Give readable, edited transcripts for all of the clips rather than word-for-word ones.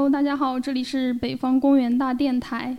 Hello， 大家好，这里是北方公园大电台。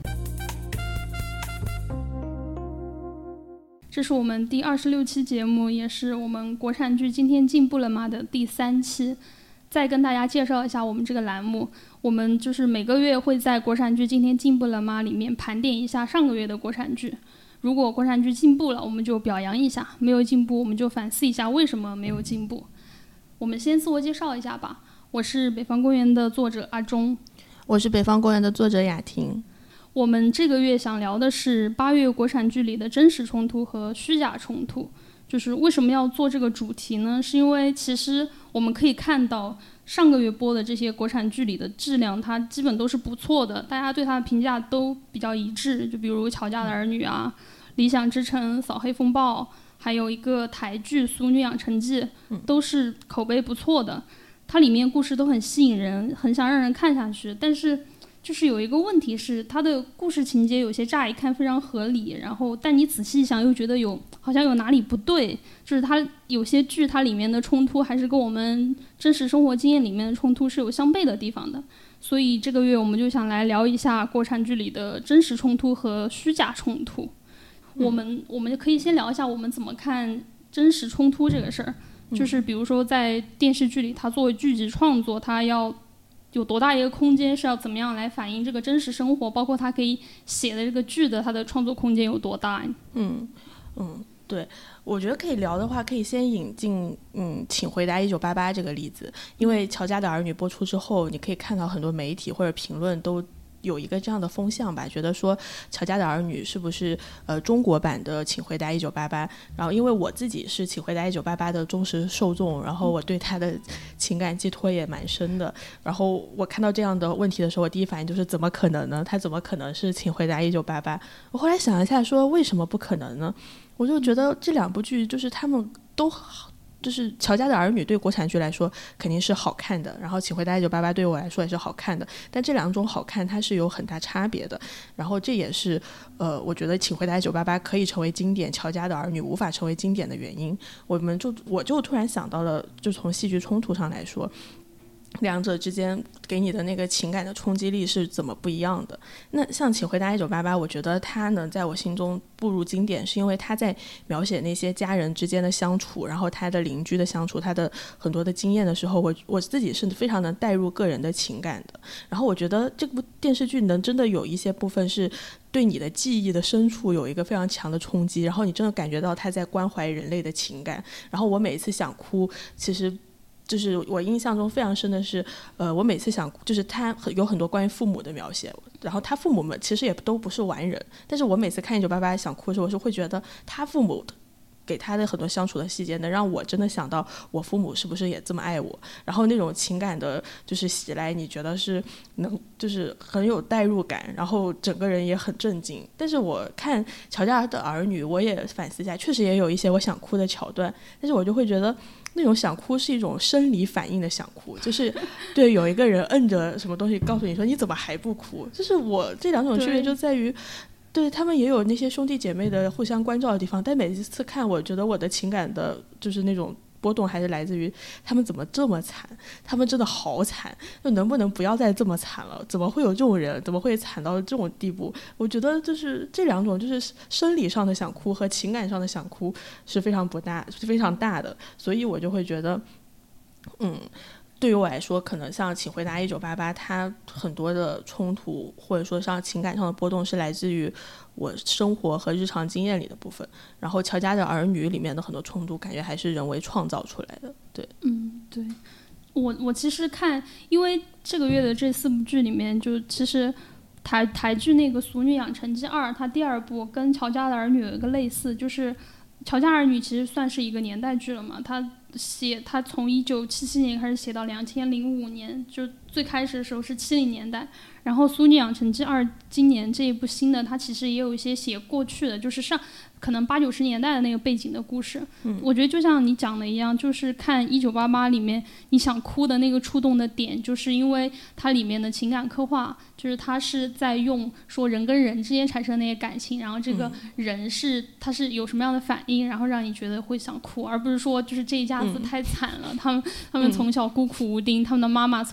这是我们第26期节目，也是我们国产剧今天进步了吗的第3期。再跟大家介绍一下我们这个栏目，我们就是每个月会在国产剧今天进步了吗里面盘点一下上个月的国产剧。如果国产剧进步了，我们就表扬一下；没有进步，我们就反思一下为什么没有进步。我们先自我介绍一下吧。我是北方公园的作者阿忠， 我是北方公园的作者雅婷。 我们这个月想聊的是8月国产剧里的真实冲突和虚假冲突。就是为什么要做这个主题呢？是因为其实我们可以看到上个月播的这些国产剧里的质量它基本都是不错的，大家对它的评价都比较一致。就比如《乔家的儿女》啊，理想之城、扫黑风暴，还有一个台剧《俗女养成记》，都是口碑不错的。它里面故事都很吸引人，很想让人看下去，但是就是有一个问题是它的故事情节有些乍一看非常合理，然后但你仔细想又觉得好像有哪里不对，就是它有些剧它里面的冲突还是跟我们真实生活经验里面的冲突是有相悖的地方的。所以这个月我们就想来聊一下国产剧里的真实冲突和虚假冲突。我们就可以先聊一下我们怎么看真实冲突这个事儿。就是比如说在电视剧里它作为剧集创作，它要有多大一个空间，是要怎么样来反映这个真实生活，包括它可以写的这个剧的它的创作空间有多大。 对，我觉得可以聊的话可以先引进请回答1988这个例子。因为乔家的儿女播出之后，你可以看到很多媒体或者评论都有一个这样的风向吧，觉得说乔家的儿女是不是中国版的请回答1988。然后因为我自己是请回答1988的忠实受众，然后我对他的情感寄托也蛮深的，然后我看到这样的问题的时候，我第一反应就是怎么可能呢？他怎么可能是请回答1988？我后来想一下说为什么不可能呢？我就觉得这两部剧就是他们都就是乔家的儿女对国产剧来说肯定是好看的，然后请回答1988对我来说也是好看的，但这两种好看它是有很大差别的。然后这也是我觉得请回答1988可以成为经典，乔家的儿女无法成为经典的原因。我就突然想到了，就从戏剧冲突上来说，两者之间给你的那个情感的冲击力是怎么不一样的。那像请回答1988，我觉得它能在我心中步入经典，是因为它在描写那些家人之间的相处，然后他的邻居的相处，他的很多的经验的时候，我自己是非常能带入个人的情感的。然后我觉得这部电视剧能真的有一些部分是对你的记忆的深处有一个非常强的冲击，然后你真的感觉到他在关怀人类的情感。然后我每次想哭，其实就是我印象中非常深的是我每次想就是他有很多关于父母的描写，然后他父母们其实也都不是完人，但是我每次看1988想哭的时候，我是会觉得他父母给他的很多相处的细节能让我真的想到我父母是不是也这么爱我，然后那种情感的就是袭来，你觉得是能就是很有代入感，然后整个人也很震惊。但是我看乔家的儿女，我也反思一下，确实也有一些我想哭的桥段，但是我就会觉得那种想哭是一种生理反应的想哭，就是对有一个人摁着什么东西告诉你说你怎么还不哭，就是我这两种区别就在于对他们也有那些兄弟姐妹的互相关照的地方，但每一次看我觉得我的情感的就是那种波动还是来自于他们怎么这么惨，他们真的好惨，就能不能不要再这么惨了，怎么会有这种人，怎么会惨到这种地步。我觉得就是这两种就是生理上的想哭和情感上的想哭是非常大的，所以我就会觉得对于我来说可能像请回答1988它很多的冲突或者说像情感上的波动是来自于我生活和日常经验里的部分，然后乔家的儿女里面的很多冲突感觉还是人为创造出来的。对， 对，我其实看，因为这个月的这4部剧里面，就其实台剧那个《俗女养成记2》，它第2部跟乔家的儿女有一个类似，就是乔家儿女其实算是一个年代剧了嘛，他从1977年开始写到2005年，就最开始的时候是70年代。然后《俗女养成记2》今年这一部新的，它其实也有一些写过去的，就是可能80、90年代的那个背景的故事。我觉得就像你讲的一样，就是看1988里面你想哭的那个触动的点，就是因为它里面的情感刻画，就是它是在用说人跟人之间产生那些感情，然后这个人他是有什么样的反应，然后让你觉得会想哭，而不是说就是这一家子太惨了，他们从小孤苦无丁，他们的妈妈从小去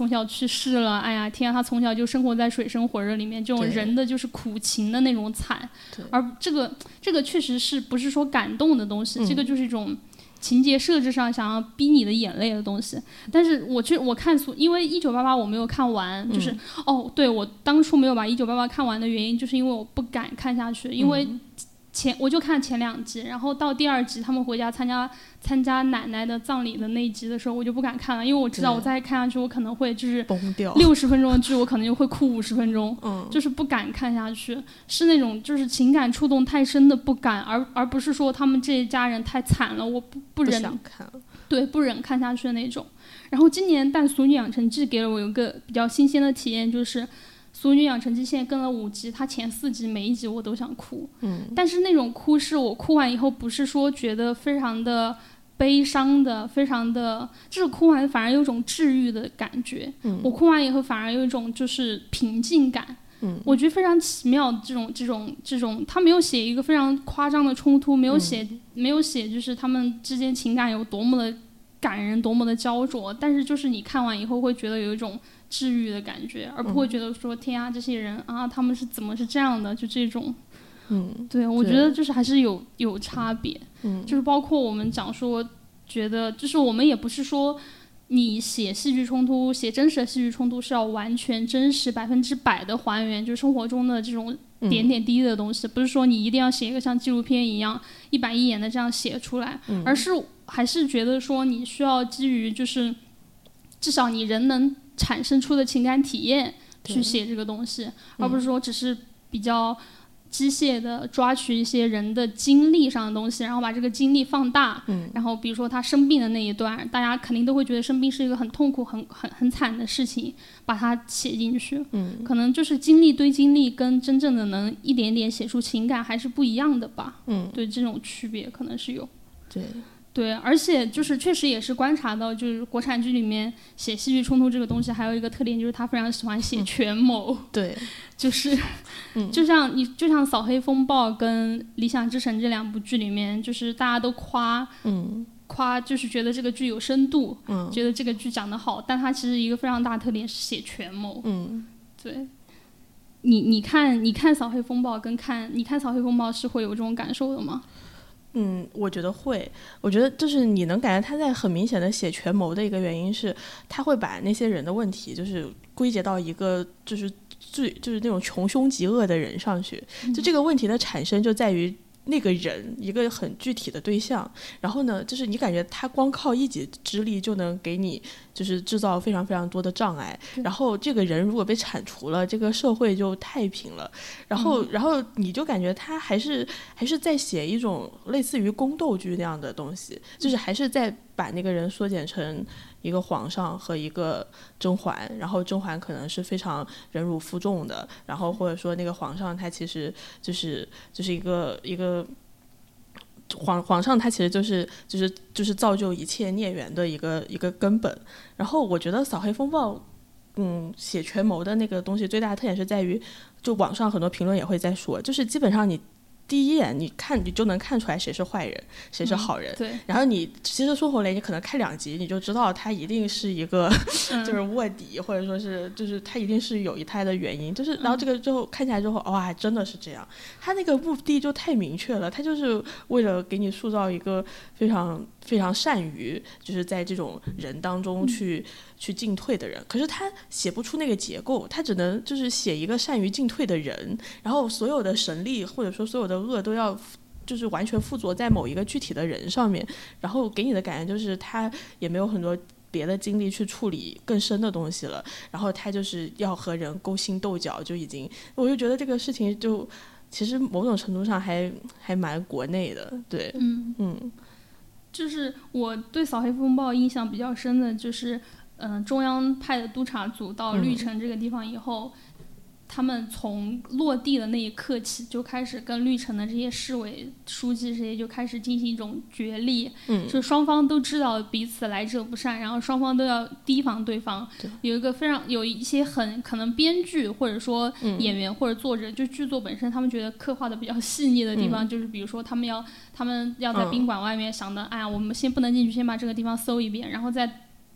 去世了，哎呀天啊，他从小就生活在水深火热里面，这种人的就是苦情的那种惨。而这个确实是不是说感动的东西，这个就是一种情节设置上想要逼你的眼泪的东西。但是我看因为1988我没有看完，就是对，我当初没有把1988看完的原因就是因为我不敢看下去，因为我就看前2集，然后到第2集他们回家参加奶奶的葬礼的那一集的时候，我就不敢看了，因为我知道我再看下去我可能会就是崩掉 60分钟的剧我可能就会哭50分钟，就是不敢看下去，是那种就是情感触动太深的不敢，而不是说他们这一家人太惨了，我不忍想看， 对，不忍看下去的那种。然后今年《但俗女养成记》给了我一个比较新鲜的体验，就是《俗女养成记》现在跟了5集，它前4集每一集我都想哭，但是那种哭是我哭完以后不是说觉得非常的悲伤的，非常的就是哭完反而有一种治愈的感觉，我哭完以后反而有一种就是平静感，我觉得非常奇妙。这种他没有写一个非常夸张的冲突，没有写就是他们之间情感有多么的感人，多么的焦灼，但是就是你看完以后会觉得有一种治愈的感觉，而不会觉得说天啊这些人啊他们是怎么是这样的，就这种对，我觉得就是还是有差别，就是包括我们讲说觉得就是我们也不是说你写戏剧冲突，写真实的戏剧冲突是要完全真实100%的还原就是生活中的这种点点滴滴的东西，不是说你一定要写一个像纪录片一样一板一眼的这样写出来，而是还是觉得说你需要基于就是至少你人能产生出的情感体验去写这个东西，而不是说只是比较机械的抓取一些人的经历上的东西，然后把这个经历放大，然后比如说他生病的那一段，大家肯定都会觉得生病是一个很痛苦很惨的事情，把它写进去，可能就是经历对经历跟真正的能一点点写出情感还是不一样的吧，对，这种区别可能是有，对，而且就是确实也是观察到，就是国产剧里面写戏剧冲突这个东西，还有一个特点就是他非常喜欢写权谋。 对， 就是就像《扫黑风暴》跟《理想之城》这2部剧里面，就是大家都夸，就是觉得这个剧有深度，觉得这个剧讲得好，但它其实一个非常大的特点是写权谋。对。你看《扫黑风暴》跟你看《扫黑风暴》是会有这种感受的吗？ 我觉得会，我觉得就是你能感觉他在很明显的写权谋的一个原因是，他会把那些人的问题就是归结到一个就是那种穷凶极恶的人上去，就这个问题的产生就在于那个人一个很具体的对象，然后呢就是你感觉他光靠一己之力就能给你就是制造非常非常多的障碍，然后这个人如果被铲除了，这个社会就太平了，然后你就感觉他还是在写一种类似于宫斗剧那样的东西，就是还是在把那个人缩减成一个皇上和一个甄嬛，然后甄嬛可能是非常忍辱负重的，然后或者说那个皇上他其实就是一个皇上他其实就是造就一切孽缘的一个根本。然后我觉得扫黑风暴写权谋的那个东西最大的特点是在于，就网上很多评论也会在说，就是基本上你第一眼你就能看出来谁是坏人谁是好人， 对， 然后你其实孙红雷你可能看2集你就知道他一定是一个就是卧底，或者说是就是他一定是有他的原因，就是然后这个之后看起来之后哇真的是这样，他那个目的就太明确了，他就是为了给你塑造一个非常非常善于就是在这种人当中去进退的人，可是他写不出那个结构，他只能就是写一个善于进退的人，然后所有的神力或者说所有的恶都要就是完全附着在某一个具体的人上面，然后给你的感觉就是他也没有很多别的精力去处理更深的东西了，然后他就是要和人勾心斗角，就已经我就觉得这个事情就其实某种程度上还蛮国内的，对， 就是我对扫黑风暴印象比较深的就是中央派的督察组到绿城这个地方以后，他们从落地的那一刻起就开始跟绿城的这些市委书记这些就开始进行一种角力，就双方都知道彼此来者不善，然后双方都要提防对方，有一些很可能编剧或者说演员或者作者就剧作本身他们觉得刻画的比较细腻的地方，就是比如说他们要在宾馆外面想的，哎呀我们先不能进去，先把这个地方搜一遍，然后在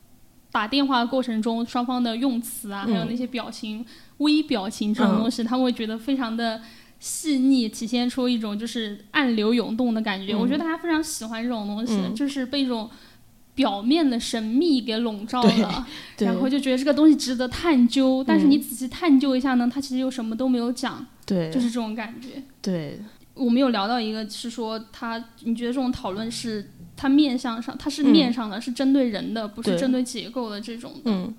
打电话过程中双方的用词啊，还有那些表情、微表情这种东西，他们会觉得非常的细腻，体现出一种就是暗流涌动的感觉。我觉得大家非常喜欢这种东西，就是被一种表面的神秘给笼罩了，然后就觉得这个东西值得探究，但是你仔细探究一下呢，它其实又什么都没有讲， 对， 就是这种感觉。 对， 我们有聊到一个是说你觉得这种讨论是它面向上，它是面上的，是针对人的，不是针对结构的这种的。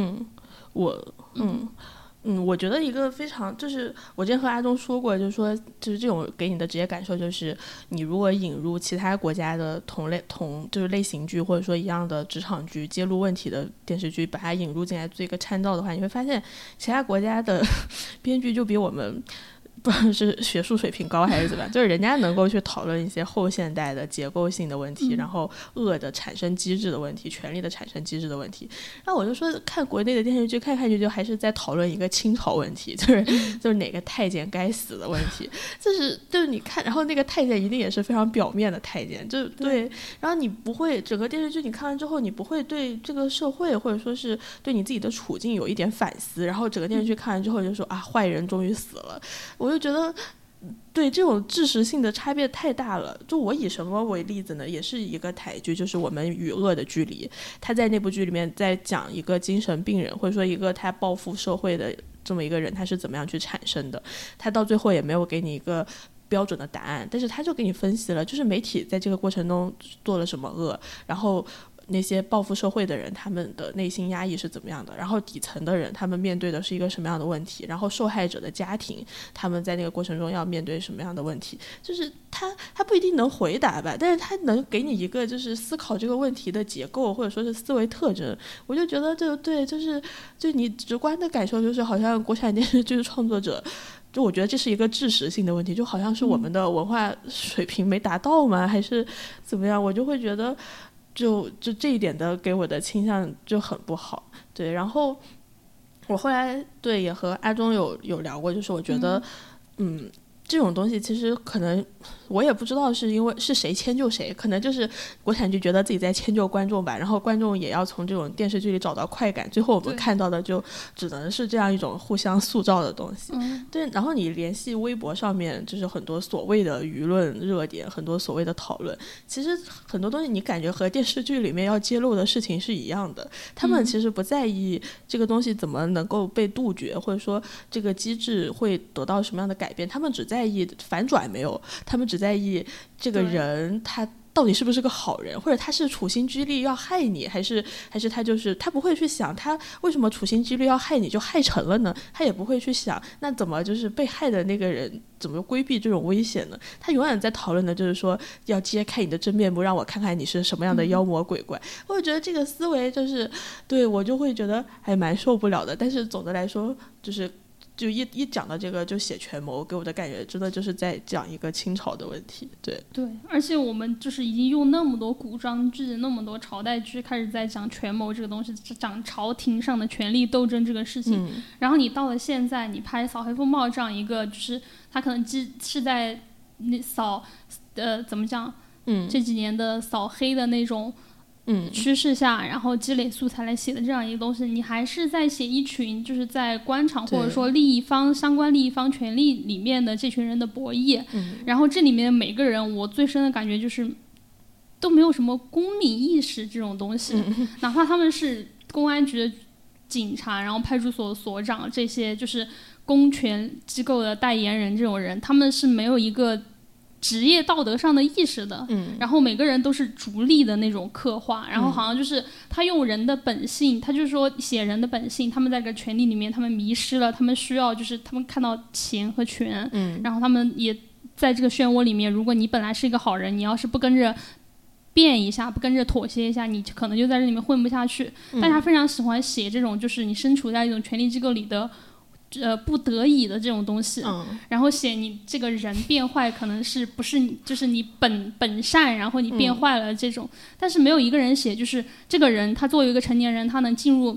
我觉得一个非常就是我之前和阿忠说过，就是说就是这种给你的直接感受就是你如果引入其他国家的就是类型剧或者说一样的职场剧揭露问题的电视剧，把它引入进来做一个参照的话，你会发现其他国家的编剧就比我们不知道是学术水平高还是怎么样，就是人家能够去讨论一些后现代的结构性的问题，然后恶的产生机制的问题，权力的产生机制的问题。然后我就说看国内的电视剧看去就还是在讨论一个清朝问题，就是哪个太监该死的问题，就是你看，然后那个太监一定也是非常表面的太监，就对，然后你不会整个电视剧你看完之后你不会对这个社会或者说是对你自己的处境有一点反思，然后整个电视剧看完之后就说啊坏人终于死了，我就觉得对这种知识性的差别太大了。就我以什么为例子呢，也是一个台剧，就是我们与恶的距离，他在那部剧里面在讲一个精神病人或者说一个他报复社会的这么一个人他是怎么样去产生的，他到最后也没有给你一个标准的答案，但是他就给你分析了就是媒体在这个过程中做了什么恶，然后那些报复社会的人他们的内心压抑是怎么样的，然后底层的人他们面对的是一个什么样的问题，然后受害者的家庭他们在那个过程中要面对什么样的问题，就是他不一定能回答吧，但是他能给你一个就是思考这个问题的结构或者说是思维特征。我就觉得对，就你直观的感受就是好像国产电视剧的创作者就我觉得这是一个知识性的问题，就好像是我们的文化水平没达到吗还是怎么样，我就会觉得就这一点的给我的倾向就很不好。对，然后我后来对也和阿忠有聊过，就是我觉得这种东西其实可能我也不知道是因为是谁迁就谁，可能就是国产剧觉得自己在迁就观众吧，然后观众也要从这种电视剧里找到快感，最后我们看到的就只能是这样一种互相塑造的东西。对，然后你联系微博上面就是很多所谓的舆论热点，很多所谓的讨论，其实很多东西你感觉和电视剧里面要揭露的事情是一样的，他们其实不在意这个东西怎么能够被杜绝，或者说这个机制会得到什么样的改变，他们只在意反转没有，他们只在意这个人他到底是不是个好人，或者他是处心积虑要害你，还是他就是他不会去想他为什么处心积虑要害你就害成了呢，他也不会去想那怎么就是被害的那个人怎么规避这种危险呢，他永远在讨论的就是说要揭开你的真面目，让我看看你是什么样的妖魔鬼怪。我就觉得这个思维就是对我就会觉得还蛮受不了的。但是总的来说就一讲到这个就写权谋，给我的感觉真的就是在讲一个清朝的问题。对， 而且我们就是已经用那么多古装剧那么多朝代剧开始在讲权谋这个东西，讲朝廷上的权力斗争这个事情，然后你到了现在你拍扫黑风暴这样一个就是他可能是在扫怎么讲这几年的扫黑的那种趋势下，然后积累素材来写的这样一个东西，你还是在写一群就是在官场或者说相关利益方权力里面的这群人的博弈，然后这里面每个人我最深的感觉就是都没有什么公民意识这种东西，哪怕他们是公安局的警察，然后派出所所长这些就是公权机构的代言人这种人，他们是没有一个职业道德上的意识的，然后每个人都是逐利的那种刻画，然后好像就是他用人的本性，他就是说写人的本性，他们在这个权力里面他们迷失了，他们需要就是他们看到钱和权，然后他们也在这个漩涡里面，如果你本来是一个好人，你要是不跟着变一下，不跟着妥协一下，你可能就在这里面混不下去。大家非常喜欢写这种就是你身处在一种权力机构里的不得已的这种东西，然后写你这个人变坏可能是不是就是你本善，然后你变坏了这种，但是没有一个人写就是这个人他作为一个成年人他能进入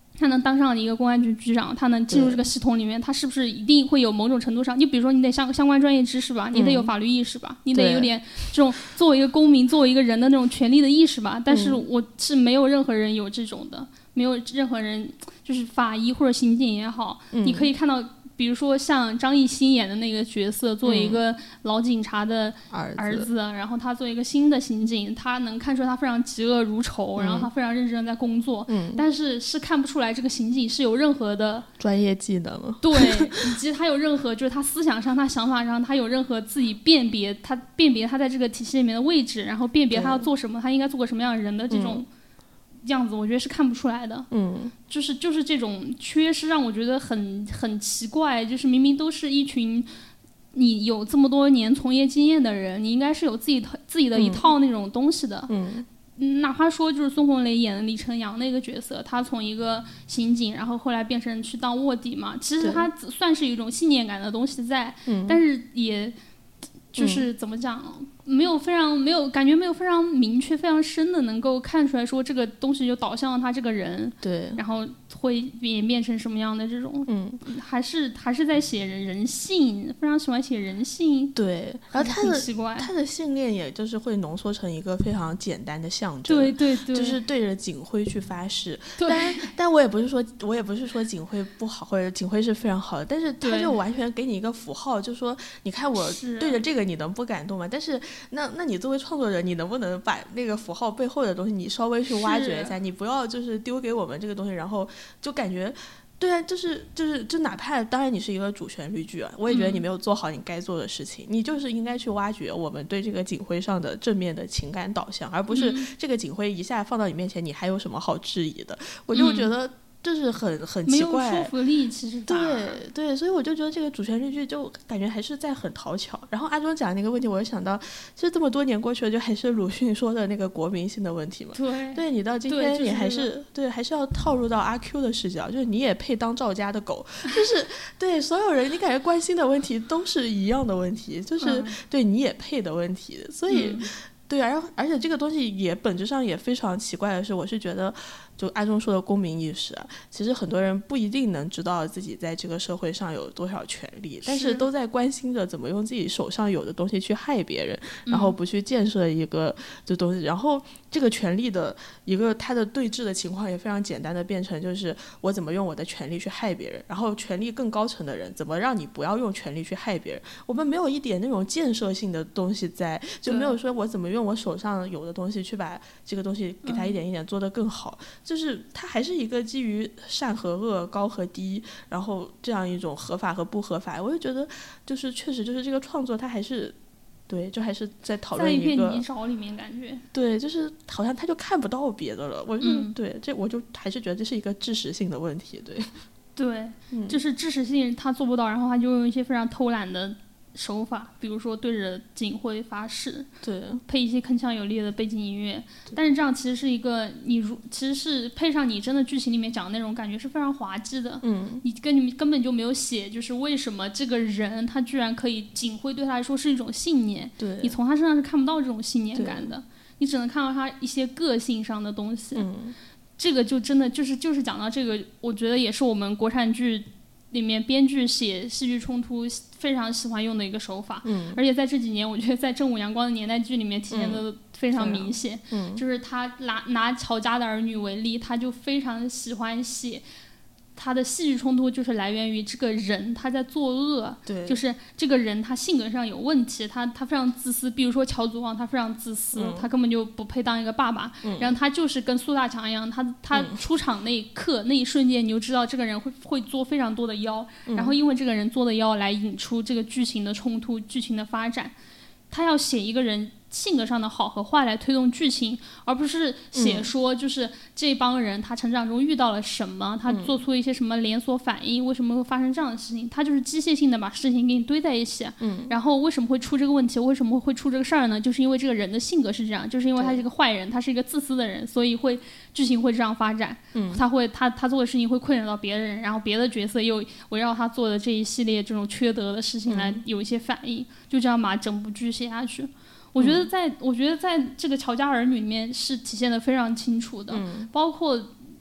他能当上一个公安局局长，他能进入这个系统里面，他是不是一定会有某种程度上，你比如说你得相关专业知识吧，你得有法律意识吧，你得有点这种作为一个公民作为一个人的那种权利的意识吧，但是我是没有任何人有这种的，没有任何人就是法医或者刑警也好，你可以看到比如说像张艺兴演的那个角色，作为一个老警察的儿子，然后他作为一个新的刑警，他能看出他非常嫉恶如仇，然后他非常认真在工作，但是看不出来这个刑警是有任何的专业技能， 对，以及他有任何就是他思想上、他想法上，他有任何自己辨别他在这个体系里面的位置，然后辨别他要做什么，他应该做个什么样的人的这种样子，我觉得是看不出来的。就是这种缺失让我觉得很奇怪，就是明明都是一群你有这么多年从业经验的人，你应该是有自己的一套那种东西的。哪怕说就是孙红雷演的李成阳那个角色，他从一个刑警，然后后来变成去当卧底嘛，其实他算是有一种信念感的东西在，但是也就是怎么讲，没有感觉没有非常明确、非常深的能够看出来说这个东西就导向了他这个人， 对， 然后会演变成什么样的这种，还是在写人性，非常喜欢写人性， 对，然后他的信念也就是会浓缩成一个非常简单的象征， 对对对， 就是对着警徽去发誓， 对， 但我也不是说警徽不好，或者警徽是非常好的，但是他就完全给你一个符号，就说你看我对着这个你能不感动吗？但是那你作为创作者，你能不能把那个符号背后的东西你稍微去挖掘一下，你不要就是丢给我们这个东西，然后就感觉对啊，就哪怕当然你是一个主旋律剧啊，我也觉得你没有做好你该做的事情，你就是应该去挖掘我们对这个警徽上的正面的情感导向，而不是这个警徽一下放到你面前你还有什么好质疑的，我就觉得就是很奇怪， 没有说服力，其实对，所以我就觉得这个主旋律剧就感觉还是在很讨巧。然后阿忠讲那个问题，我就想到，其实这么多年过去了，就还是鲁迅说的那个国民性的问题嘛。对，你到今天你还是还是要套入到阿 Q 的视角，就是你也配当赵家的狗，就是对所有人你感觉关心的问题都是一样的问题，就是对你也配的问题，所以。对啊，而且这个东西也本质上也非常奇怪的是，我是觉得就阿忠说的公民意识啊，其实很多人不一定能知道自己在这个社会上有多少权利，但是都在关心着怎么用自己手上有的东西去害别人，然后不去建设一个这东西，然后这个权利的一个它的对峙的情况也非常简单的变成就是我怎么用我的权利去害别人，然后权力更高层的人怎么让你不要用权力去害别人，我们没有一点那种建设性的东西在，就没有说我怎么用我手上有的东西去把这个东西给它一点一点做得更好，就是它还是一个基于善和恶高和低，然后这样一种合法和不合法，我就觉得就是确实就是这个创作它还是对，就还是在讨论一个在一片泥沼里面感觉对，就是好像他就看不到别的了，我就对这我就还是觉得这是一个知识性的问题， 对，就是知识性他做不到，然后他就用一些非常偷懒的手法，比如说对着警徽发誓， 对， 配一些铿锵有力的背景音乐，但是这样其实是一个其实是配上你真的剧情里面讲的那种感觉是非常滑稽的，你根本就没有写就是为什么这个人他居然可以警徽对他来说是一种信念， 对， 你从他身上是看不到这种信念感的，你只能看到他一些个性上的东西，这个就真的就是讲到这个，我觉得也是我们国产剧里面编剧写戏剧冲突非常喜欢用的一个手法，而且在这几年我觉得在正午阳光的年代剧里面体现的非常明显，就是他拿乔家的儿女为例，他就非常喜欢写他的戏剧冲突就是来源于这个人他在作恶， 对， 就是这个人他性格上有问题，他非常自私，比如说乔祖望他非常自私，他根本就不配当一个爸爸，然后他就是跟苏大强一样，他出场那一刻那一瞬间你就知道这个人会作非常多的妖，然后因为这个人作的妖来引出这个剧情的冲突剧情的发展，他要写一个人性格上的好和坏来推动剧情，而不是写说就是这帮人他成长中遇到了什么，他做出一些什么连锁反应，为什么会发生这样的事情，他就是机械性的把事情给你堆在一起，然后为什么会出这个问题，为什么会出这个事儿呢，就是因为这个人的性格是这样，就是因为他是一个坏人，他是一个自私的人，所以剧情会这样发展，他做的事情会困扰到别人，然后别的角色又围绕他做的这一系列这种缺德的事情来有一些反应，就这样把整部剧写下去。我觉得在这个乔家儿女里面是体现的非常清楚的，包括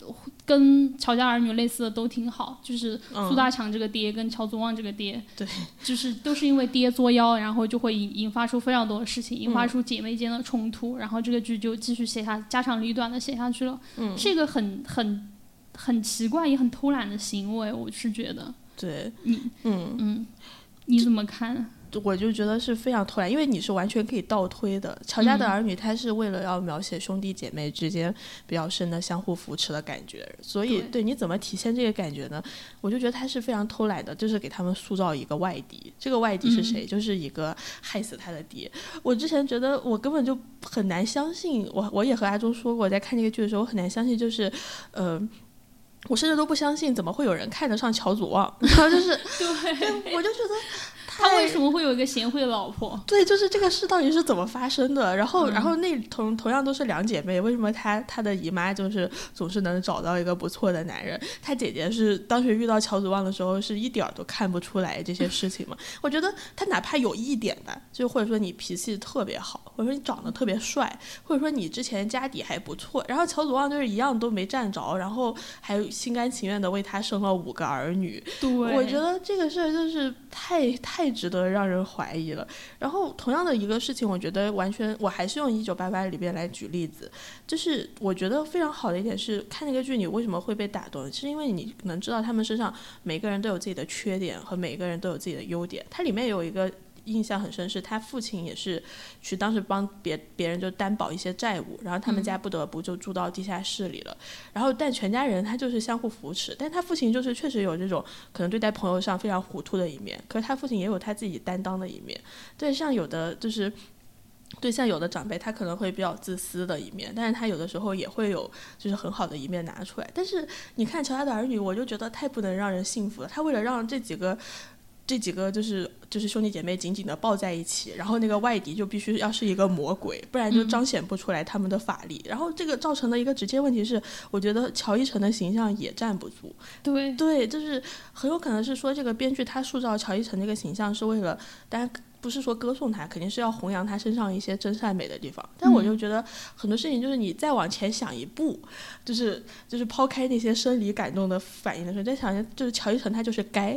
跟乔家儿女类似的都挺好，就是苏大强这个爹跟乔祖旺这个爹， 对， 就是都是因为爹作妖，然后就会引发出非常多的事情，引发出姐妹间的冲突，然后这个剧就继续家长里短的写下去了。是一个很奇怪也很偷懒的行为，我是觉得。 对， 你怎么看？ 我就觉得是非常偷懒，因为你是完全可以倒推的。乔家的儿女他是为了要描写兄弟姐妹之间比较深的相互扶持的感觉，所以对你怎么体现这个感觉呢？我就觉得他是非常偷懒的，就是给他们塑造一个外敌。这个外敌是谁？就是一个害死他的爹。我之前觉得我根本就很难相信，我也和阿周说过，在看这个剧的时候我很难相信，就是我甚至都不相信怎么会有人看得上乔祖旺，然后就是对，我就觉得他为什么会有一个贤惠的老婆？ 对，就是这个事到底是怎么发生的？然后那同样都是两姐妹，为什么她的姨妈就是总是能找到一个不错的男人？她姐姐是当时遇到乔祖旺的时候是一点都看不出来这些事情嘛？我觉得她哪怕有一点吧，就或者说你脾气特别好，或者说你长得特别帅，或者说你之前家底还不错，然后乔祖旺就是一样都没占着，然后还心甘情愿的为他生了5个儿女。 对， 我觉得这个事儿就是太值得让人怀疑了。然后同样的一个事情，我觉得完全我还是用1988里边来举例子，就是我觉得非常好的一点是看那个剧你为什么会被打动，是因为你能知道他们身上每个人都有自己的缺点和每个人都有自己的优点。它里面有一个印象很深，是他父亲也是去当时帮别人就担保一些债务，然后他们家不得不就住到地下室里了，然后但全家人他就是相互扶持，但他父亲就是确实有这种可能对待朋友上非常糊涂的一面，可是他父亲也有他自己担当的一面。对，像有的就是对，像有的长辈他可能会比较自私的一面，但是他有的时候也会有就是很好的一面拿出来。但是你看乔家的儿女，我就觉得太不能让人信服了，他为了让这几个就是兄弟姐妹紧紧的抱在一起，然后那个外敌就必须要是一个魔鬼，不然就彰显不出来他们的法力。然后这个造成的一个直接问题是，我觉得乔一成的形象也站不住。对，就是很有可能是说这个编剧他塑造乔一成这个形象是为了，当然不是说歌颂他，肯定是要弘扬他身上一些真善美的地方。但我就觉得很多事情就是你再往前想一步，就是抛开那些生理感动的反应的时候，再想就是乔一成他就是该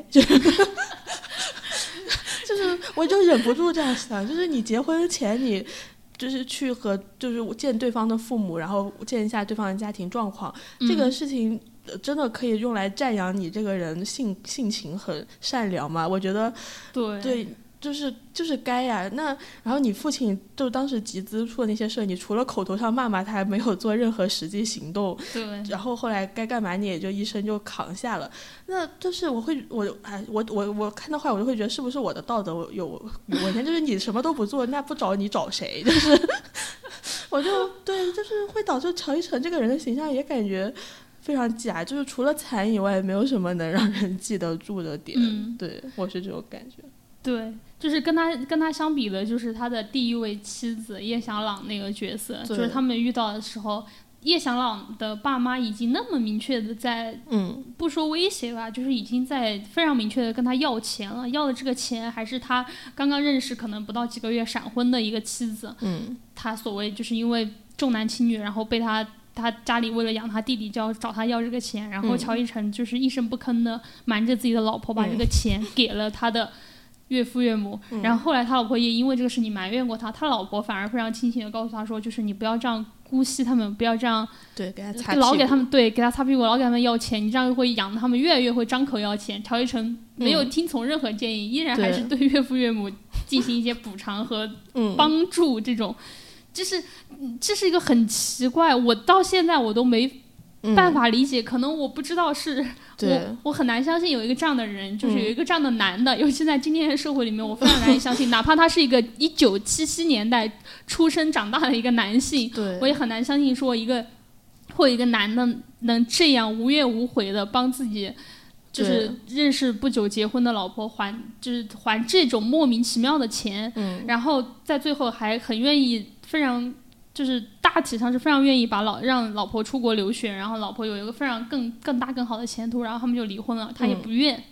就是我就忍不住这样想，就是你结婚前你就是去和就是见对方的父母，然后见一下对方的家庭状况，这个事情真的可以用来赞扬你这个人性情很善良吗？我觉得对就是该呀。那然后你父亲就当时集资出的那些事，你除了口头上骂他，还没有做任何实际行动。 对， 然后后来该干嘛你也就一声就扛下了。那就是我看到后来我就会觉得是不是我的道德有问题？就是你什么都不做，那不找你找谁？就是我就对，就是会导致乔一成这个人的形象也感觉非常假，就是除了惨以外，没有什么能让人记得住的点。对，我是这种感觉。 对，就是跟他相比的，就是他的第一位妻子叶翔朗那个角色，就是他们遇到的时候，叶翔朗的爸妈已经那么明确的在，不说威胁吧，就是已经在非常明确的跟他要钱了，要的这个钱还是他刚刚认识可能不到几个月闪婚的一个妻子，他所谓就是因为重男轻女，然后被他家里为了养他弟弟就要找他要这个钱，然后乔一成就是一声不吭的瞒着自己的老婆把这个钱给了他的岳父岳母，然后后来他老婆也因为这个事情埋怨过他，他老婆反而非常清醒的告诉他说，就是你不要这样姑息他们，不要这样对给他擦屁股， 老给他们给他擦屁股，老给他们要钱，你这样会养他们越来越会张口要钱。乔一成没有听从任何建议，依然还是对岳父岳母进行一些补偿和帮助，这种这是一个很奇怪，我到现在我都没办法理解，可能我不知道是我很难相信有一个这样的人，就是有一个这样的男的，尤其在今天的社会里面，我非常难以相信，哪怕他是一个1977年代出生长大的一个男性，我也很难相信说一个男的能这样无怨无悔的帮自己就是认识不久结婚的老婆还这种莫名其妙的钱，然后在最后还很愿意非常就是大体上是非常愿意让老婆出国留学，然后老婆有一个非常更大更好的前途，然后他们就离婚了，他也不愿。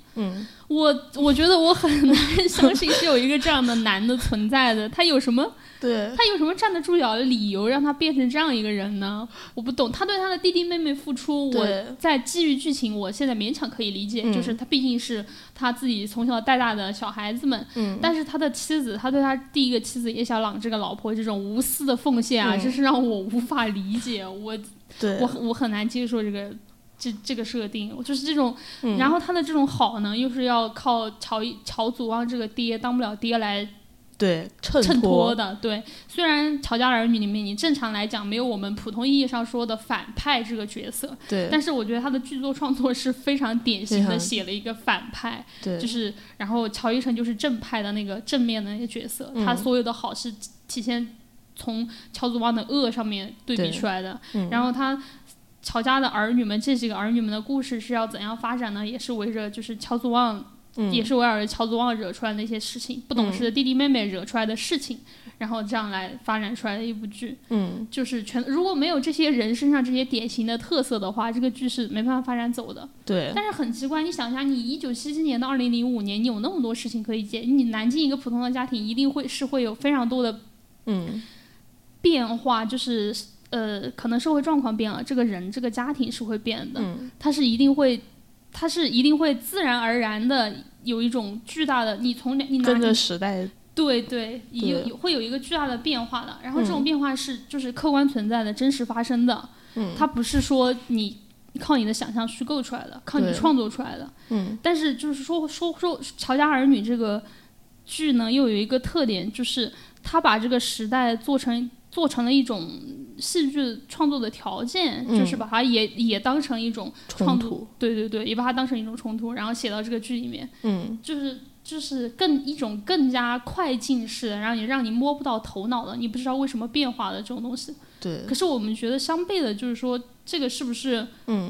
我觉得我很难相信是有一个这样的男的存在的，他有什么站得住脚的理由让他变成这样一个人呢？我不懂。他对他的弟弟妹妹付出，我在基于剧情我现在勉强可以理解，就是他毕竟是他自己从小带大的小孩子们，但是他的妻子，他对他第一个妻子叶小朗这个老婆这种无私的奉献啊，真是让我无法理解，我很难接受这个设定，就是这种，然后他的这种好呢，又是要靠乔祖旺这个爹当不了爹来衬托的。对，虽然乔家的儿女里面，你正常来讲没有我们普通意义上说的反派这个角色， 对， 但是我觉得他的剧作创作是非常典型的写了一个反派， 对， 就是然后乔一成就是正派的那个正面的那个角色，他所有的好是体现从乔祖旺的恶上面对比出来的，然后他。乔家的儿女们，这几个儿女们的故事是要怎样发展呢？也是围着就是乔祖旺，也是围绕着乔祖旺惹出来的那些事情，不懂事的弟弟妹妹惹出来的事情，然后这样来发展出来的一部剧。就是如果没有这些人身上这些典型的特色的话，这个剧是没办法发展走的。 对。 但是很奇怪，你想一下，你1977年到2005年，你有那么多事情可以接，你南京一个普通的家庭一定会有非常多的变化，就是可能社会状况变了，这个人这个家庭是会变的，它是一定会自然而然的有一种巨大的，你跟着时代， 对，会有一个巨大的变化的。然后这种变化是就是客观存在的，真实发生的，它不是说你靠你的想象虚构出来的，靠你创作出来的。但是就是说乔家儿女这个剧呢，又有一个特点，就是他把这个时代做成了一种戏剧创作的条件，就是把它也当成一种创作，对，也把它当成一种冲突，然后写到这个剧里面，就是一种更加快进式的，让你摸不到头脑的，你不知道为什么变化的这种东西。 对。 可是我们觉得相悖的就是说，这个是不是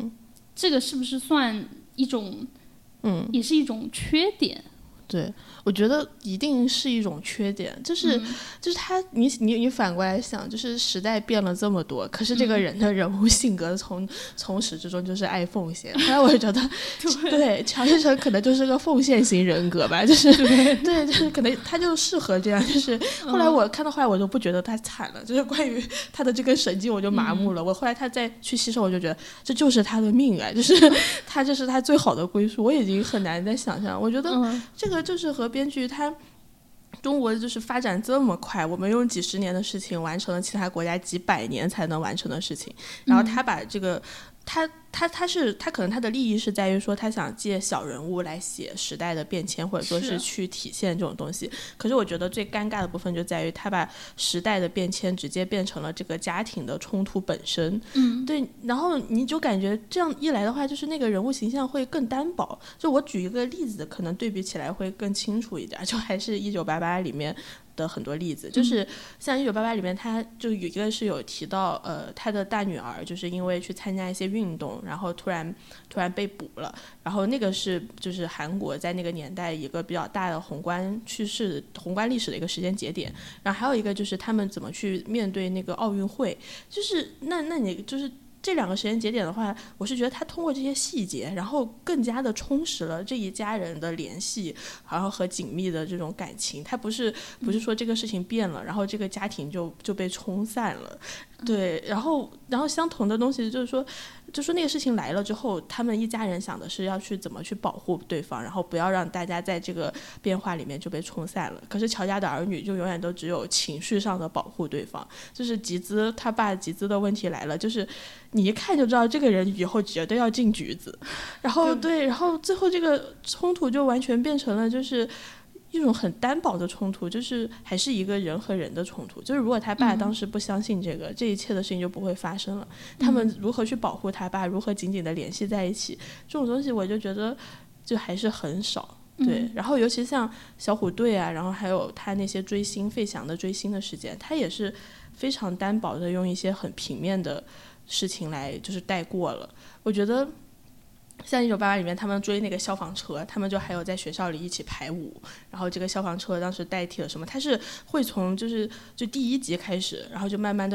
算一种，也是一种缺点？ 对，我觉得一定是一种缺点，就是他，你反过来想，就是时代变了这么多，可是这个人的人物性格从始至终就是爱奉献。后来我就觉得，对，乔一成可能就是个奉献型人格吧，就是对，就是可能他就适合这样。就是后来我看到后来我就不觉得他惨了，就是关于他的这根神经我就麻木了。我后来他再去牺牲，我就觉得这就是他的命啊，就是这是他最好的归宿。我已经很难再想象，我觉得这个就是和编剧他中国就是发展这么快，我们用几十年的事情完成了其他国家几百年才能完成的事情，然后他把这个他可能他的利益是在于说他想借小人物来写时代的变迁，或者说是去体现这种东西。可是我觉得最尴尬的部分就在于他把时代的变迁直接变成了这个家庭的冲突本身。对，然后你就感觉这样一来的话，就是那个人物形象会更单薄。就我举一个例子，可能对比起来会更清楚一点，就还是1988里面的很多例子，就是像1988里面，他就有一个是有提到，他的大女儿就是因为去参加一些运动，然后突然被捕了，然后那个是就是韩国在那个年代一个比较大的宏观历史的一个时间节点。然后还有一个就是他们怎么去面对那个奥运会，就是那你就是这两个时间节点的话，我是觉得他通过这些细节，然后更加的充实了这一家人的联系，然后和紧密的这种感情。他不是说这个事情变了，然后这个家庭就被冲散了。对，然后相同的东西就是说那个事情来了之后，他们一家人想的是要去怎么去保护对方，然后不要让大家在这个变化里面就被冲散了。可是乔家的儿女就永远都只有情绪上的保护对方，就是他爸集资的问题来了，就是你一看就知道这个人以后绝对要进局子，然后对，然后最后这个冲突就完全变成了就是一种很单薄的冲突，就是还是一个人和人的冲突。就是如果他爸当时不相信这一切的事情就不会发生了。他们如何去保护他爸，如何紧紧的联系在一起，这种东西我就觉得就还是很少。对，然后尤其像小虎队啊，然后还有他那些费翔的追星的事件，他也是非常单薄的用一些很平面的事情来就是带过了。我觉得像1988里面他们追那个消防车，他们就还有在学校里一起排舞，然后这个消防车当时代替了什么，他是会从就第一集开始，然后就慢慢的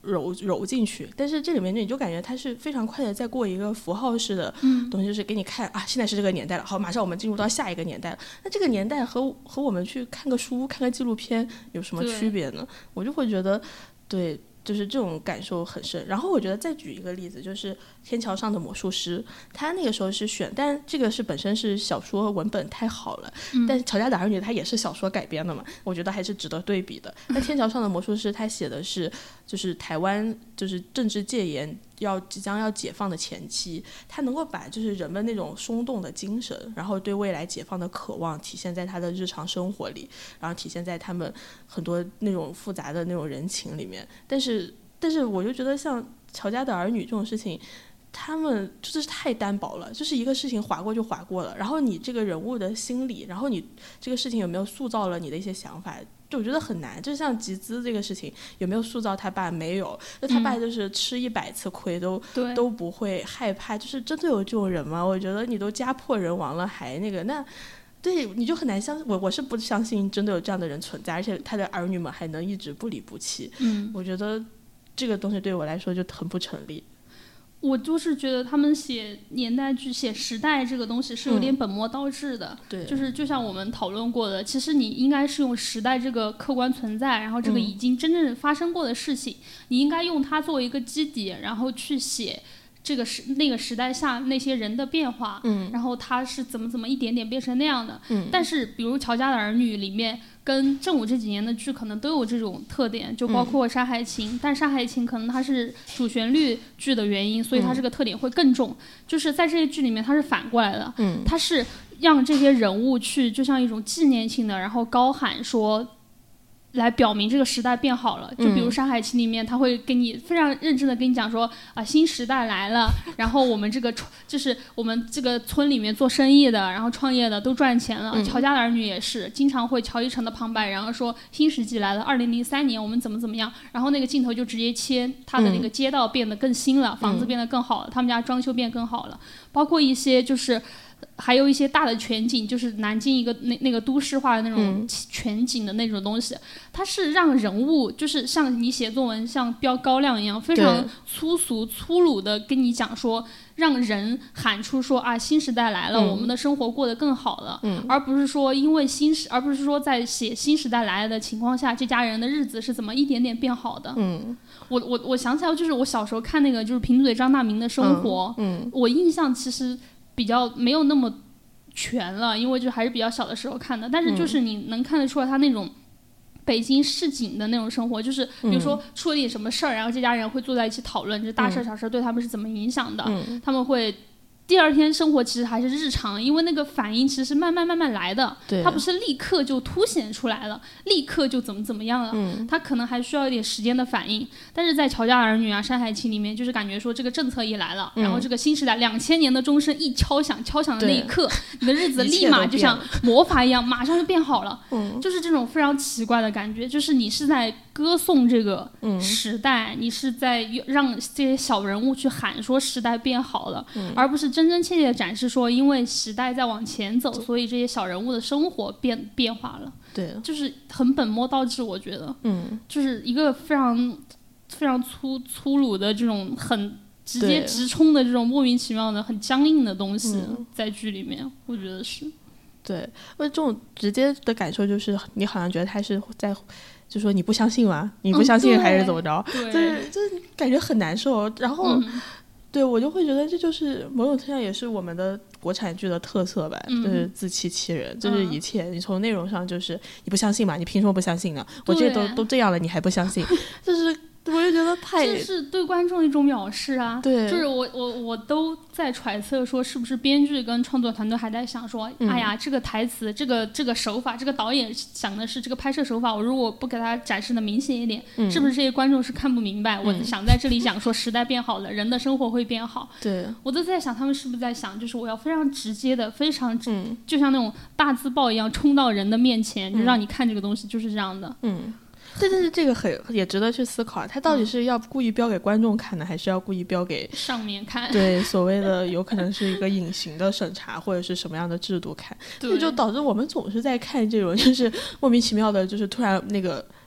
揉进去，但是这里面你就感觉它是非常快的在过一个符号式的东西，就是给你看啊，现在是这个年代了，好，马上我们进入到下一个年代了。那这个年代和我们去看个书看个纪录片有什么区别呢？我就会觉得对，就是这种感受很深。然后我觉得再举一个例子，就是天桥上的魔术师，他那个时候是选，但这个是本身是小说文本太好了，但是乔家的儿女他也是小说改编的嘛，我觉得还是值得对比的。那天桥上的魔术师他写的是就是台湾就是政治戒严即将要解放的前期，他能够把就是人们那种松动的精神，然后对未来解放的渴望体现在他的日常生活里，然后体现在他们很多那种复杂的那种人情里面。但是我就觉得像乔家的儿女这种事情，他们就是太单薄了，就是一个事情划过就划过了，然后你这个人物的心理，然后你这个事情有没有塑造了你的一些想法，就我觉得很难。就像集资这个事情有没有塑造他爸，没有，就他爸就是吃100次亏都不会害怕，就是真的有这种人吗？我觉得你都家破人亡了还那个，那对你就很难相信。我是不相信真的有这样的人存在，而且他的儿女们还能一直不离不弃。我觉得这个东西对我来说就很不成立。 我就是觉得他们写年代剧写时代这个东西是有点本末倒置的。 对， 就是就像我们讨论过的，其实你应该是用时代这个客观存在，然后这个已经真正发生过的事情，你应该用它作为一个基底，然后去写这个那个时代下那些人的变化，然后他是怎么一点点变成那样的。但是比如乔家的儿女里面跟正午这几年的剧可能都有这种特点，就包括山海情，但山海情可能它是主旋律剧的原因，所以它这个特点会更重。就是在这些剧里面它是反过来的，它是让这些人物去就像一种纪念性的，然后高喊说来表明这个时代变好了。就比如《山海情》里面他会跟你非常认真的跟你讲说啊，新时代来了，然后我们这个就是我们这个村里面做生意的然后创业的都赚钱了。乔家的儿女也是经常会乔一成的旁白，然后说新世纪来了，2003年我们怎么样，然后那个镜头就直接切他的那个街道变得更新了，房子变得更好了，他们家装修变更好了，包括一些就是还有一些大的全景，就是南京一个那个都市化的那种全景的那种东西，它是让人物就是像你写作文像标高亮一样非常粗俗粗鲁的跟你讲说，让人喊出说啊新时代来了，我们的生活过得更好了，而不是说而不是说在写新时代来了的情况下，这家人的日子是怎么一点点变好的。我想起来就是我小时候看那个就是贫嘴张大民的生活，我印象其实比较没有那么全了，因为就还是比较小的时候看的，但是就是你能看得出来他那种北京市井的那种生活，就是比如说出了点什么事儿，然后这家人会坐在一起讨论这大事小事对他们是怎么影响的，他们会第二天生活其实还是日常，因为那个反应其实是慢慢来的，它不是立刻就凸显出来了，立刻就怎么样了，它可能还需要一点时间的反应。但是在乔家儿女啊山海情里面，就是感觉说这个政策一来了，然后这个新时代2000年的钟声一敲响的那一刻，你的日子立马就像魔法一样马上就变好了，就是这种非常奇怪的感觉，就是你是在歌颂这个时代，你是在让这些小人物去喊说时代变好了，而不是真真切切的展示说因为时代在往前走，所以这些小人物的生活变化了。对，就是很本末倒置，我觉得就是一个非常非常粗鲁的这种很直接直冲的这种莫名其妙的很僵硬的东西在剧里面，我觉得是对。因为这种直接的感受就是你好像觉得他是在就说你不相信吗？你不相信还是怎么着？就是感觉很难受。然后对我就会觉得这就是某种程度上也是我们的国产剧的特色吧，就是自欺欺人，就是一切你从内容上就是你不相信嘛，你凭什么不相信呢？我这都这样了你还不相信，就是我就觉得这是对观众一种藐视啊。对，就是我都在揣测说是不是编剧跟创作团队还在想说哎呀这个台词这个手法，这个导演想的是这个拍摄手法，我如果不给他展示的明显一点，是不是这些观众是看不明白我想在这里讲说时代变好了，人的生活会变好。对，我都在想他们是不是在想就是我要非常直接的非常就像那种大字报一样冲到人的面前，就让你看这个东西就是这样的。 但是这个也值得去思考，他到底是要故意标给观众看的，还是要故意标给上面看？对， 所谓的有可能是一个隐形的审查或者是什么样的制度看，这就导致我们总是在看这种就是莫名其妙的，就是突然那个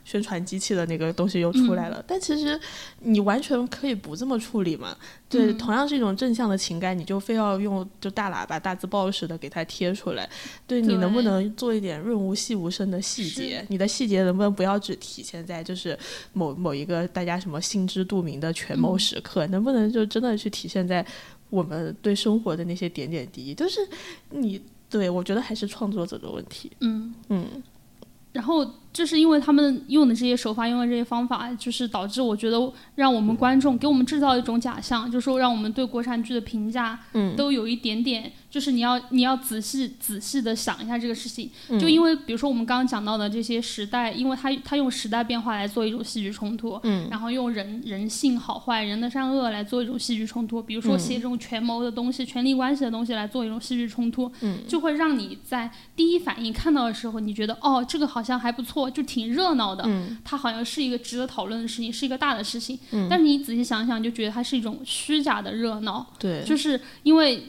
宣传机器的那个东西又出来了，但其实你完全可以不这么处理嘛。对，同样是一种正向的情感，你就非要用就大喇叭大字报似的给它贴出来。对，你能不能做一点润物细无声的细节？你的细节能不能不要只体现在就是某一个大家什么心知肚明的权谋时刻，能不能就真的去体现在我们对生活的那些点点滴滴？就是对，我觉得还是创作者的问题。 然后就是因为他们用的这些手法，用的这些方法，就是导致我觉得让我们观众给我们制造一种假象，就是说让我们对国产剧的评价都有一点点，就是你要仔细的想一下这个事情。就因为比如说我们刚刚讲到的这些时代，因为他用时代变化来做一种戏剧冲突，然后用人性好坏、人的善恶来做一种戏剧冲突，比如说写这种权谋的东西、权力关系的东西来做一种戏剧冲突，就会让你在第一反应看到的时候，你觉得哦，这个好像还不错，就挺热闹的，它好像是一个值得讨论的事情，是一个大的事情，但是你仔细想想就觉得它是一种虚假的热闹。 对， 就是因为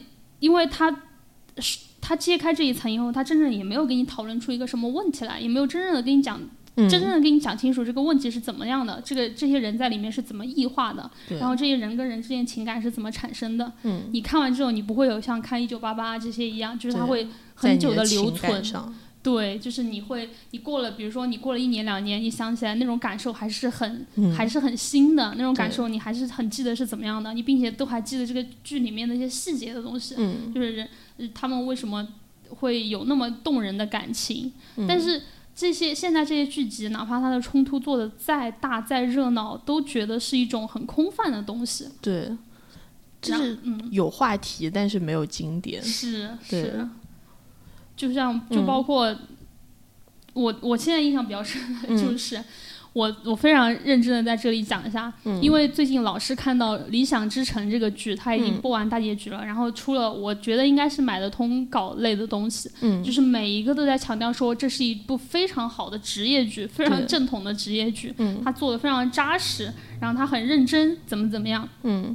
他揭开这一层以后，他真正也没有给你讨论出一个什么问题来，也没有真正的跟你讲清楚这个问题是怎么样的，这些人在里面是怎么异化的，然后这些人跟人之间情感是怎么产生的。你看完之后，你不会有像看1988这些一样，就是它会很久的留存。对，就是你过了，比如说你过了1年2年，你想起来那种感受还是很新的，那种感受你还是很记得是怎么样的，你并且都还记得这个剧里面的一些细节的东西，就是他们为什么会有那么动人的感情。但是现在这些剧集，哪怕它的冲突做得再大再热闹，都觉得是一种很空泛的东西。 对，就是有话题，但是没有经典。 是。就包括我现在印象比较深的就是我非常认真的在这里讲一下，因为最近老是看到《理想之城》这个剧，它已经播完大结局了，然后出了我觉得应该是买得通稿类的东西，就是每一个都在强调说这是一部非常好的职业剧，非常正统的职业剧，它做得非常扎实，然后它很认真，怎么样。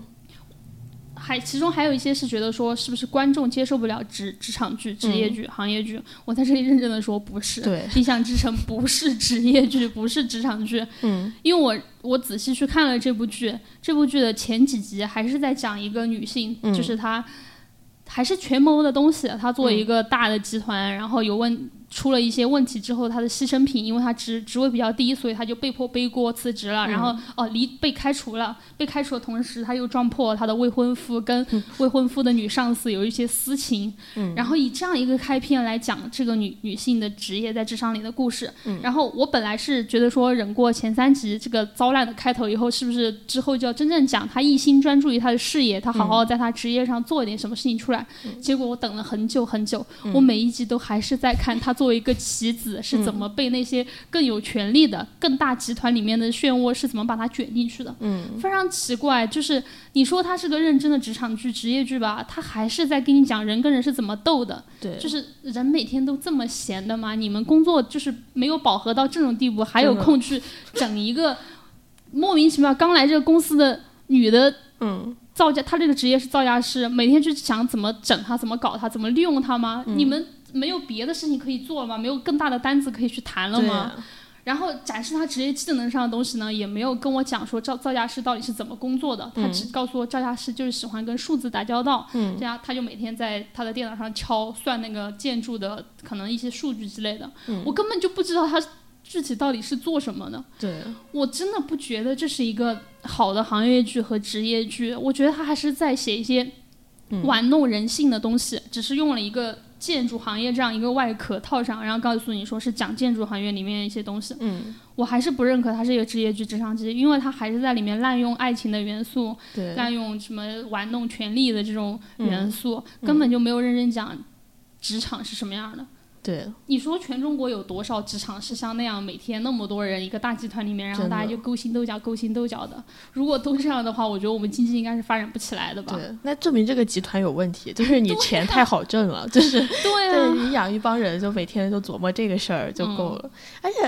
其中还有一些是觉得说是不是观众接受不了职场剧、职业剧、行业剧。我在这里认真的说不是， 对， 理想之城不是职业剧，不是职场剧。因为我仔细去看了这部剧的前几集还是在讲一个女性，就是她还是权谋的东西，她作为一个大的集团，然后出了一些问题之后，他的牺牲品，因为他职位比较低，所以他就被迫背锅辞职了，然后被开除了。被开除的同时，他又撞破他的未婚夫跟未婚夫的女上司有一些私情，然后以这样一个开篇来讲这个女性的职业在职场里的故事。然后我本来是觉得说，忍过前3集这个糟烂的开头以后，是不是之后就要真正讲他一心专注于他的事业，他好好在他职业上做一点什么事情出来。结果我等了很久很久，我每一集都还是在看他作为一个棋子是怎么被那些更有权力的更大集团里面的漩涡是怎么把它卷进去的。非常奇怪，就是你说它是个认真的职场剧、职业剧吧，它还是在跟你讲人跟人是怎么斗的。 对， 就是人每天都这么闲的吗？你们工作就是没有饱和到这种地步，还有空去整一个莫名其妙刚来这个公司的女的造价，她这个职业是造价师，每天去想怎么整她、怎么搞她、怎么利用她吗？你们没有别的事情可以做了吗？没有更大的单子可以去谈了吗？然后展示他职业技能上的东西呢，也没有跟我讲说造价师到底是怎么工作的，他只告诉我造价师就是喜欢跟数字打交道，这样他就每天在他的电脑上算那个建筑的可能一些数据之类的，我根本就不知道他具体到底是做什么的。 对， 我真的不觉得这是一个好的行业剧和职业剧，我觉得他还是在写一些玩弄人性的东西，只是用了一个建筑行业这样一个外壳套上，然后告诉你说是讲建筑行业里面一些东西。我还是不认可它是一个职业剧、职场剧，因为它还是在里面滥用爱情的元素，滥用什么玩弄权力的这种元素，根本就没有认真讲职场是什么样的。 对， 你说全中国有多少职场是像那样每天那么多人一个大集团里面，然后大家就勾心斗角的？如果都这样的话，我觉得我们经济应该是发展不起来的吧。 对，那证明这个集团有问题，就是你钱太好挣了，就是对啊， 你养一帮人就每天就琢磨这个事儿就够了。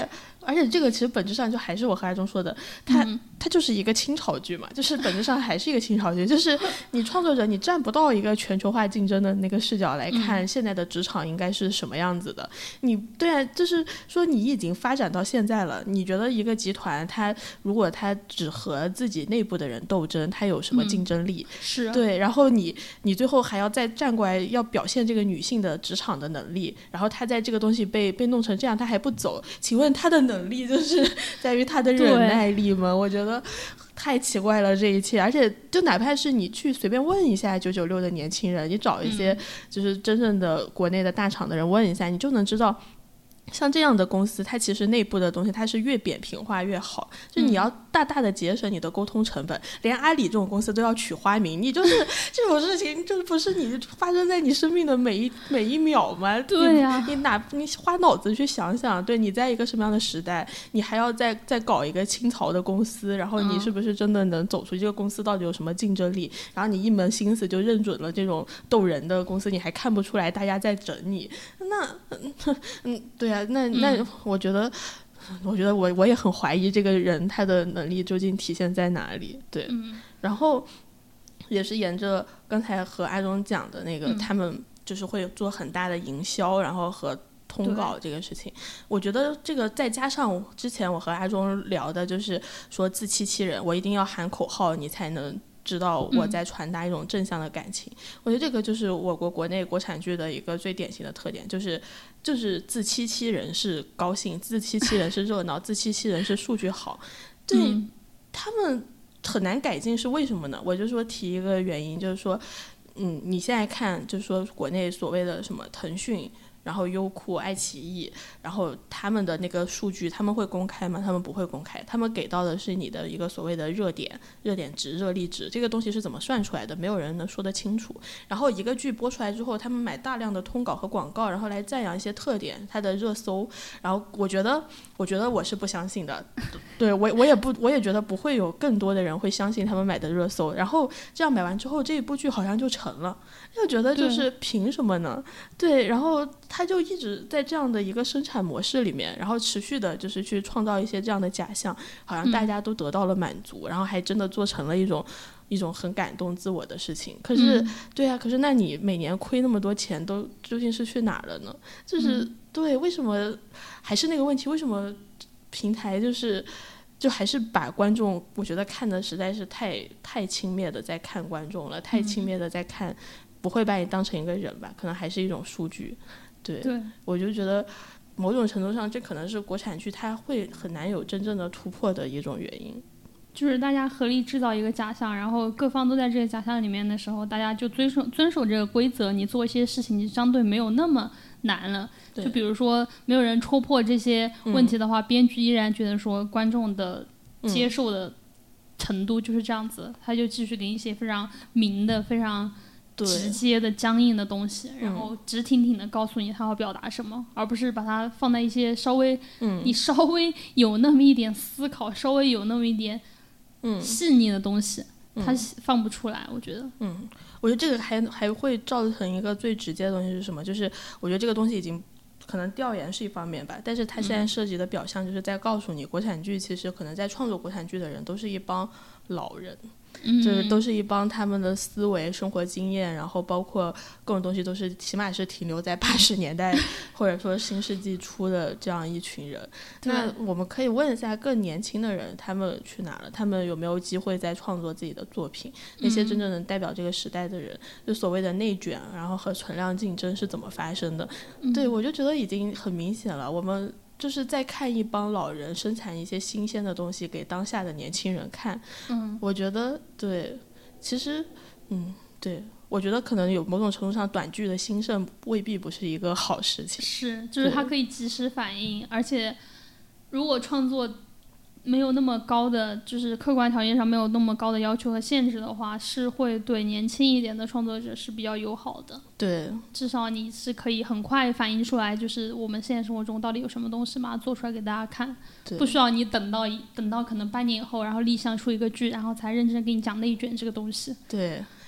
而且这个其实本质上就还是我和爱中说的，它就是一个清朝剧嘛，就是本质上还是一个清朝剧，就是你创作者你站不到一个全球化竞争的那个视角来看现在的职场应该是什么样子的。你对啊，就是说你已经发展到现在了，你觉得一个集团它如果它只和自己内部的人斗争，它有什么竞争力？ 是对，然后你最后还要再站过来要表现这个女性的职场的能力，然后她在这个东西被弄成这样她还不走，请问她的能力就是在于她的忍耐力吗？我觉得太奇怪了这一切。而且就哪怕是你去随便问一下996的年轻人，你找一些就是真正的国内的大厂的人问一下，你就能知道像这样的公司它其实内部的东西它是越扁平化越好，就你要大大的节省你的沟通成本。连阿里这种公司都要取花名，你就是这种事情这不是你发生在你生命的每一秒吗？ 对呀， 你花脑子去想想，对，你在一个什么样的时代，你还要再搞一个清朝的公司，然后你是不是真的能走出这个公司到底有什么竞争力，然后你一门心思就认准了这种逗人的公司，你还看不出来大家在整你，那对啊，那我觉得我也很怀疑这个人他的能力究竟体现在哪里。对，然后也是沿着刚才和阿忠讲的那个，他们就是会做很大的营销，然后和通稿这个事情，我觉得这个再加上之前我和阿忠聊的，就是说自欺欺人，我一定要喊口号你才能知道我在传达一种正向的感情。我觉得这个就是我国内国产剧的一个最典型的特点，就是自欺欺人是高兴，自欺欺人是热闹，自欺欺人是数据好。对，他们很难改进是为什么呢？我就说提一个原因，就是说你现在看就是说国内所谓的什么腾讯，然后优酷、爱奇艺，然后他们的那个数据他们会公开吗？他们不会公开，他们给到的是你的一个所谓的热点值、热力值，这个东西是怎么算出来的，没有人能说得清楚。然后一个剧播出来之后，他们买大量的通稿和广告，然后来赞扬一些特点，它的热搜。然后我觉得我是不相信的，对，我也觉得不会有更多的人会相信他们买的热搜。然后这样买完之后，这一部剧好像就成了，就觉得就是凭什么呢？对，然后他就一直在这样的一个生产模式里面，然后持续的就是去创造一些这样的假象，好像大家都得到了满足，然后还真的做成了一种很感动自我的事情。可是对啊，可是那你每年亏那么多钱都究竟是去哪儿了呢？就是对，为什么还是那个问题，为什么平台就还是把观众，我觉得看的实在是太轻蔑的在看观众了，太轻蔑的在看，不会把你当成一个人吧，可能还是一种数据。对，我就觉得某种程度上这可能是国产剧它会很难有真正的突破的一种原因， 就是大家合力制造一个假象，然后各方都在这个假象里面的时候，大家就遵守这个规则，你做一些事情就相对没有那么难了。就比如说没有人戳破这些问题的话，编剧依然觉得说观众的接受的程度就是这样子，他就继续给你一些非常明的非常直接的僵硬的东西，然后直挺挺的告诉你他要表达什么，而不是把它放在一些你稍微有那么一点思考，稍微有那么一点细腻的东西，它放不出来。我觉得我觉得这个还会造成一个最直接的东西是什么，就是我觉得这个东西已经可能调研是一方面吧，但是它现在涉及的表象就是在告诉你，国产剧其实可能在创作国产剧的人都是一帮老人，就是都是一帮他们的思维、生活经验，然后包括各种东西都是起码是停留在80年代或者说新世纪初的这样一群人。那我们可以问一下更年轻的人，他们去哪了？他们有没有机会在创作自己的作品？那些真正能代表这个时代的人，就所谓的内卷，然后和存量竞争是怎么发生的？对，我就觉得已经很明显了，我们就是在看一帮老人生产一些新鲜的东西给当下的年轻人看。我觉得对，其实对，我觉得可能有某种程度上短剧的兴盛未必不是一个好事情。 是，就是它可以及时反应，而且如果创作没有那么高的，就是客观条件上没有那么高的要求和限制的话，是会对年轻一点的创作者是比较友好的。 对， 至少你是可以很快反映出来，就是我们现实生活中到底有什么东西嘛，做出来给大家看，不需要你等到可能半年以后，然后立项出一个剧，然后才认真给你讲内卷这个东西。 对，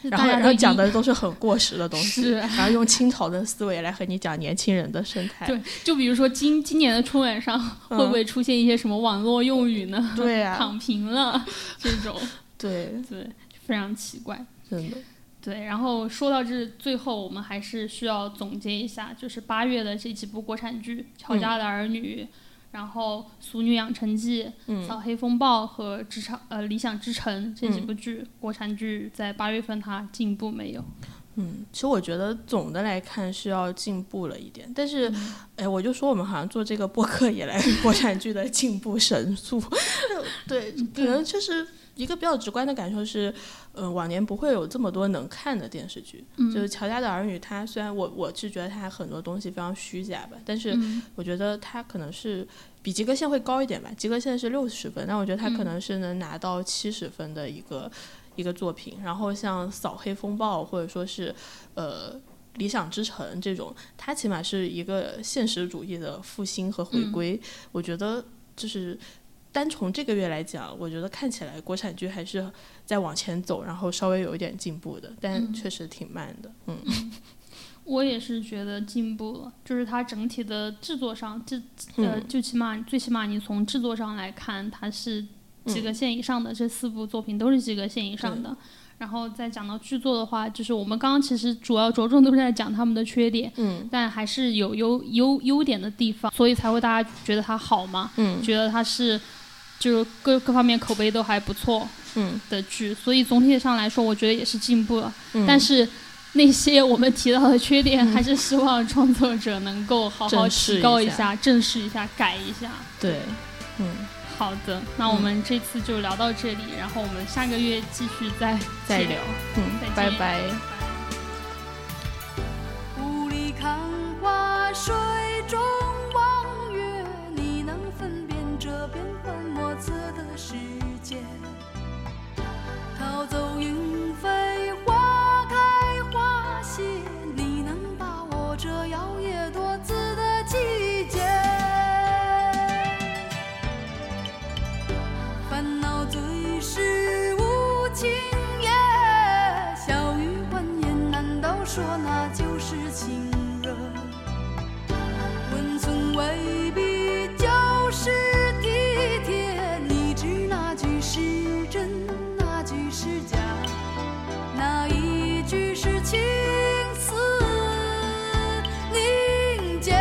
然后讲的都是很过时的东西， 是， 然后用清朝的思维来和你讲年轻人的生态。 对，就比如说今年的春晚上会不会出现一些什么网络用语呢？ 对啊， 躺平了这种， 对， 非常奇怪， 真的。 对，然后说到这最后，我们还是需要总结一下，就是8月的这几部国产剧，《乔家的儿女》然后《俗女养成记》扫黑风暴和理想之城这几部剧，国产剧在8月份它进步没有？ 其实我觉得总的来看是要进步了一点，但是，我就说我们好像做这个播客以来，国产剧的进步神速，对，可能就是一个比较直观的感受是，往年不会有这么多能看的电视剧。就是《乔家的儿女》，它虽然我是觉得它很多东西非常虚假吧，但是我觉得它可能是比及格线会高一点吧，及格线是60分，但我觉得它可能是能拿到70分的一个作品。然后像《扫黑风暴》或者说是理想之城这种，它起码是一个现实主义的复兴和回归。我觉得就是单从这个月来讲，我觉得看起来国产剧还是在往前走，然后稍微有一点进步的，但确实挺慢的。 我也是觉得进步了，就是它整体的制作上，最起码你从制作上来看，它是及格线以上的，这4部作品都是及格线以上的。然后再讲到剧作的话，就是我们刚刚其实主要着重都是在讲他们的缺点，但还是有优点的地方，所以才会大家觉得它好嘛，觉得它是就是各方面口碑都还不错的剧，所以总体上来说，我觉得也是进步了。但是那些我们提到的缺点，还是希望创作者能够好好提高一下，正视一下，改一下。 对， 好的，那我们这次就聊到这里，然后我们下个月继续再聊。 拜拜。 雾里看花，水中望月，你能分辨这变幻莫测的世界。逃走云飞，花开花谢，你能把握这摇曳多姿的季节。烦恼最是无情也，笑语欢颜，难道说那就是情热？温存未必就是体贴，你知那句是真，那句是假，那一句是情丝凝结。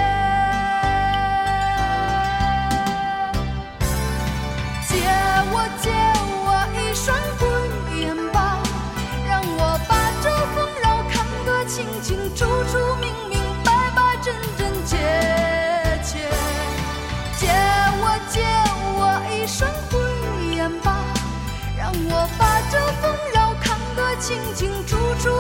借我一双慧眼吧，让我把这纷扰看得清清楚楚、明明白白、真真切切。借我一双慧眼吧，让我把这纷扰看得清清楚楚。